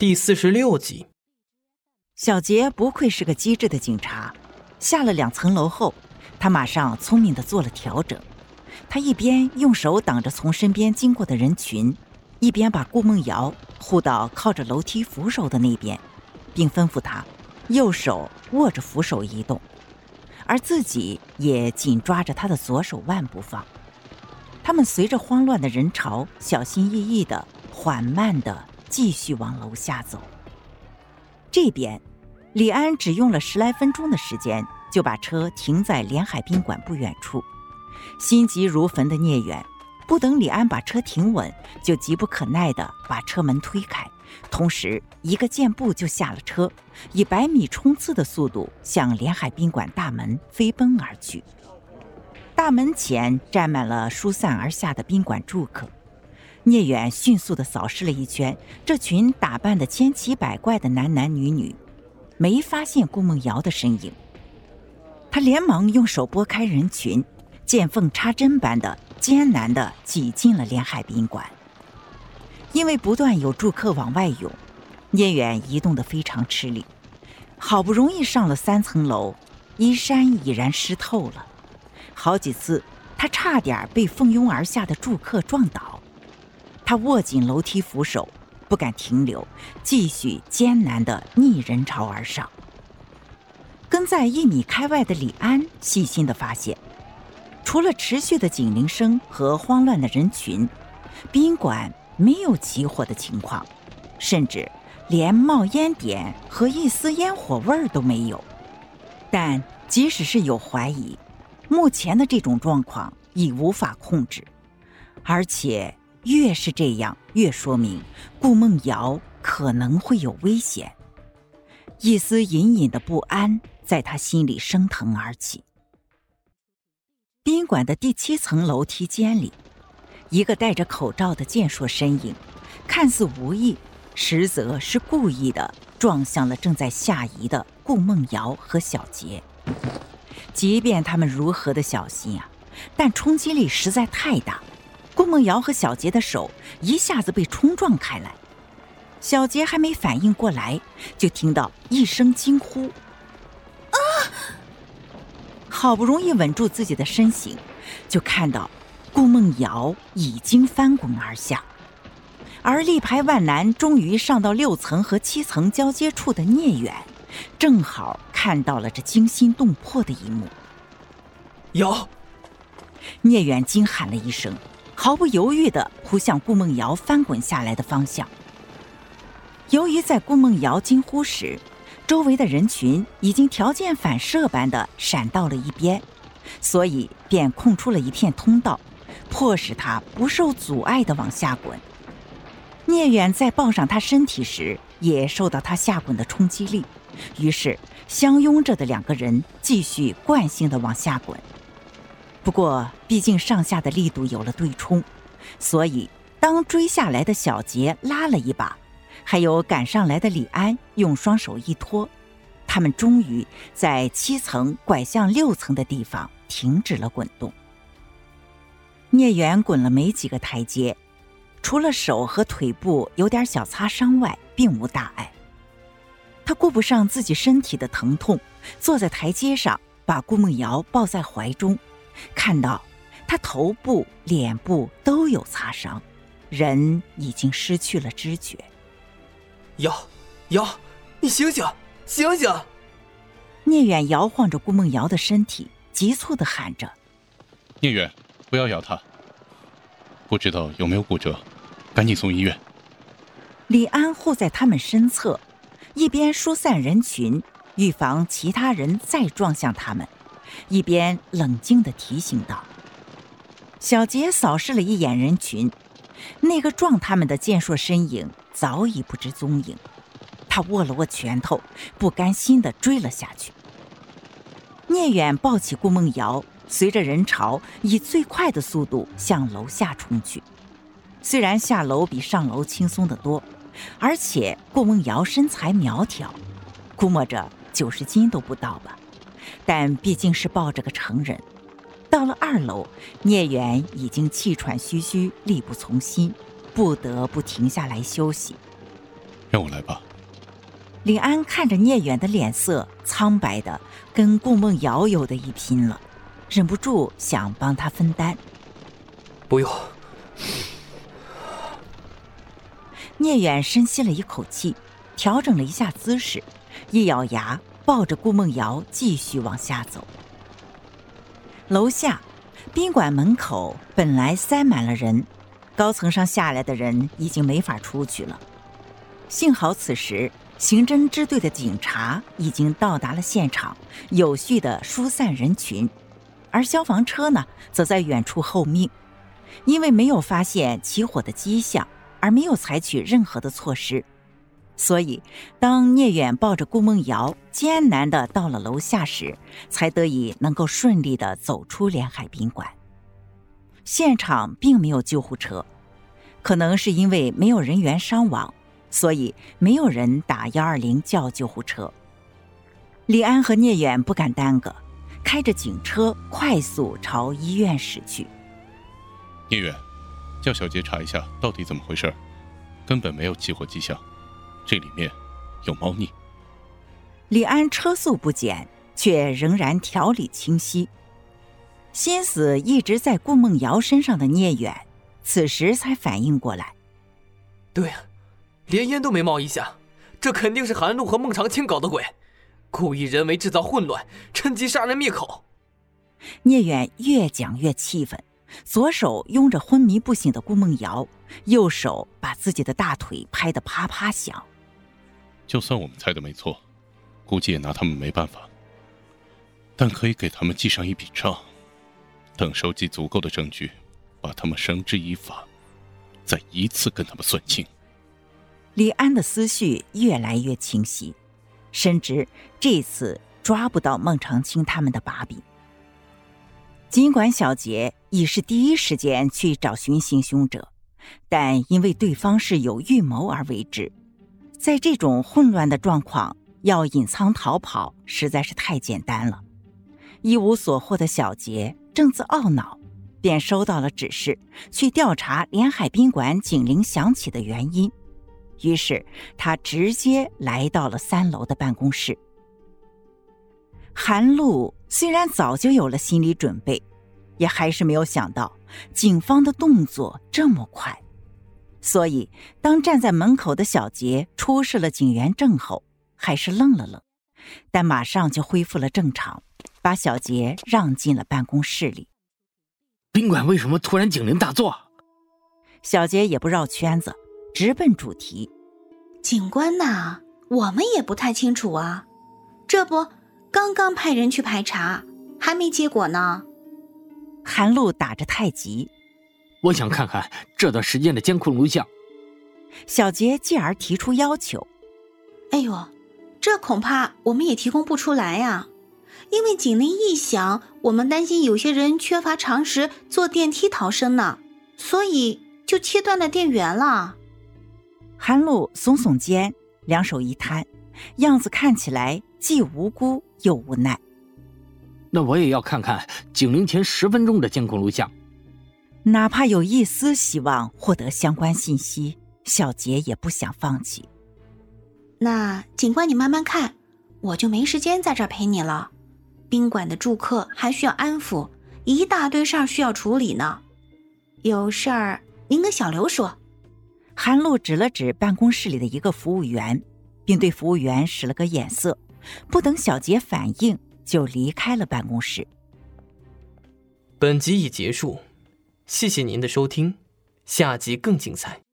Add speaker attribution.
Speaker 1: 第46集。
Speaker 2: 小杰不愧是个机智的警察，下了2层楼后，他马上聪明地做了调整。他一边用手挡着从身边经过的人群，一边把顾梦瑶护到靠着楼梯扶手的那边，并吩咐他右手握着扶手移动，而自己也紧抓着他的左手腕不放。他们随着慌乱的人潮，小心翼翼地、缓慢地继续往楼下走。这边，李安只用了10来分钟的时间，就把车停在连海宾馆不远处。心急如焚的聂远不等李安把车停稳，就急不可耐地把车门推开，同时一个箭步就下了车，以100米冲刺的速度向连海宾馆大门飞奔而去。大门前站满了疏散而下的宾馆住客。聂远迅速地扫视了一圈这群打扮得千奇百怪的男男女女，没发现顾梦瑶的身影。他连忙用手拨开人群，见缝插针般的艰难地挤进了连海宾馆。因为不断有住客往外涌，聂远移动得非常吃力，好不容易上了3层楼，衣衫已然湿透了。好几次他差点被蜂拥而下的住客撞倒。他握紧楼梯扶手，不敢停留，继续艰难地逆人潮而上。跟在1米开外的李安细心地发现，除了持续的警铃声和慌乱的人群，宾馆没有起火的情况，甚至连冒烟点和一丝烟火味都没有。但即使是有怀疑，目前的这种状况已无法控制，而且越是这样，越说明顾梦瑶可能会有危险。一丝隐隐的不安在他心里升腾而起。宾馆的第7层楼梯间里，一个戴着口罩的健硕身影，看似无意，实则是故意的撞向了正在下移的顾梦瑶和小杰。即便他们如何的小心但冲击力实在太大，顾梦瑶和小杰的手一下子被冲撞开来。小杰还没反应过来，就听到一声惊呼：啊！好不容易稳住自己的身形，就看到顾梦瑶已经翻滚而下，而力排万难终于上到6层和7层交接处的聂远，正好看到了这惊心动魄的一幕。
Speaker 1: 瑶！
Speaker 2: 聂远惊喊了一声，毫不犹豫地扑向顾梦瑶翻滚下来的方向。由于在顾梦瑶惊呼时，周围的人群已经条件反射般地闪到了一边，所以便空出了一片通道，迫使他不受阻碍地往下滚。聂远在抱上他身体时，也受到他下滚的冲击力，于是相拥着的2个人继续惯性地往下滚。不过毕竟上下的力度有了对冲，所以当追下来的小杰拉了一把，还有赶上来的李安用双手一拖，他们终于在7层拐向6层的地方停止了滚动。聂远滚了没几个台阶，除了手和腿部有点小擦伤外，并无大碍。他顾不上自己身体的疼痛，坐在台阶上，把顾梦瑶抱在怀中，看到他头部、脸部都有擦伤，人已经失去了知觉。
Speaker 1: 瑶，你醒醒，醒醒！
Speaker 2: 聂远摇晃着顾梦瑶的身体，急促地喊着：
Speaker 3: 聂远，不要摇他，不知道有没有骨折，赶紧送医院。
Speaker 2: 李安护在他们身侧，一边疏散人群，预防其他人再撞向他们，一边冷静地提醒道。小杰扫视了一眼人群，那个撞他们的健硕身影早已不知踪影，他握了握拳头，不甘心地追了下去。聂远抱起顾梦瑶，随着人潮以最快的速度向楼下冲去。虽然下楼比上楼轻松得多，而且顾梦瑶身材苗条，估摸着90斤都不到吧，但毕竟是抱着个成人。到了2楼，聂远已经气喘吁吁，力不从心，不得不停下来休息。
Speaker 3: 让我来吧。
Speaker 2: 李安看着聂远的脸色苍白的跟顾梦瑶有的一拼了，忍不住想帮他分担。
Speaker 1: 不用。
Speaker 2: 聂远深吸了一口气，调整了一下姿势，一咬牙抱着顾梦瑶继续往下走。楼下宾馆门口本来塞满了人，高层上下来的人已经没法出去了。幸好此时刑侦支队的警察已经到达了现场，有序地疏散人群，而消防车呢，则在远处候命。因为没有发现起火的迹象，而没有采取任何的措施，所以当聂远抱着顾梦瑶艰难地到了楼下时，才得以能够顺利地走出连海宾馆。现场并没有救护车，可能是因为没有人员伤亡，所以没有人打120叫救护车。李安和聂远不敢耽搁，开着警车快速朝医院驶去。
Speaker 3: 聂远，叫小杰查一下到底怎么回事，根本没有起火迹象，这里面有猫腻。
Speaker 2: 李安车速不减，却仍然条理清晰。心思一直在顾梦瑶身上的聂远，此时才反应过来。
Speaker 1: 对啊，连烟都没冒一下，这肯定是韩露和孟长青搞的鬼，故意人为制造混乱，趁机杀人灭口。
Speaker 2: 聂远越讲越气愤，左手拥着昏迷不醒的顾梦瑶，右手把自己的大腿拍得啪啪响。
Speaker 3: 就算我们猜的没错，估计也拿他们没办法，但可以给他们记上一笔账，等收集足够的证据，把他们绳之以法，再一次跟他们算清。
Speaker 2: 李安的思绪越来越清晰，深知这次抓不到孟长青他们的把柄。尽管小杰已是第一时间去找寻行凶者，但因为对方是有预谋而为之，在这种混乱的状况，要隐藏逃跑实在是太简单了。一无所获的小杰正自懊恼，便收到了指示，去调查连海宾馆警铃响起的原因。于是他直接来到了3楼的办公室。韩露虽然早就有了心理准备，也还是没有想到警方的动作这么快，所以当站在门口的小杰出示了警员证后，还是愣了愣，但马上就恢复了正常，把小杰让进了办公室里。
Speaker 4: 宾馆为什么突然警铃大作？
Speaker 2: 小杰也不绕圈子，直奔主题。
Speaker 5: 警官呐，我们也不太清楚啊，这不刚刚派人去排查，还没结果呢。
Speaker 2: 韩露打着太极，
Speaker 4: 我想看看这段时间的监控录像。
Speaker 2: 小杰继而提出要求。
Speaker 5: 哎呦，这恐怕我们也提供不出来呀，因为警铃一响，我们担心有些人缺乏常识坐电梯逃生呢，所以就切断了电源了。
Speaker 2: 韩露耸耸肩，两手一摊，样子看起来既无辜又无奈。
Speaker 4: 那我也要看看警铃前10分钟的监控录像。
Speaker 2: 哪怕有一丝希望获得相关信息，小杰也不想放弃。
Speaker 5: 那警官你慢慢看，我就没时间在这儿陪你了。宾馆的住客还需要安抚，一大堆事儿需要处理呢。有事儿您跟小刘说。
Speaker 2: 韩露指了指办公室里的一个服务员，并对服务员使了个眼色，不等小杰反应就离开了办公室。
Speaker 1: 本集已结束，谢谢您的收听，下集更精彩。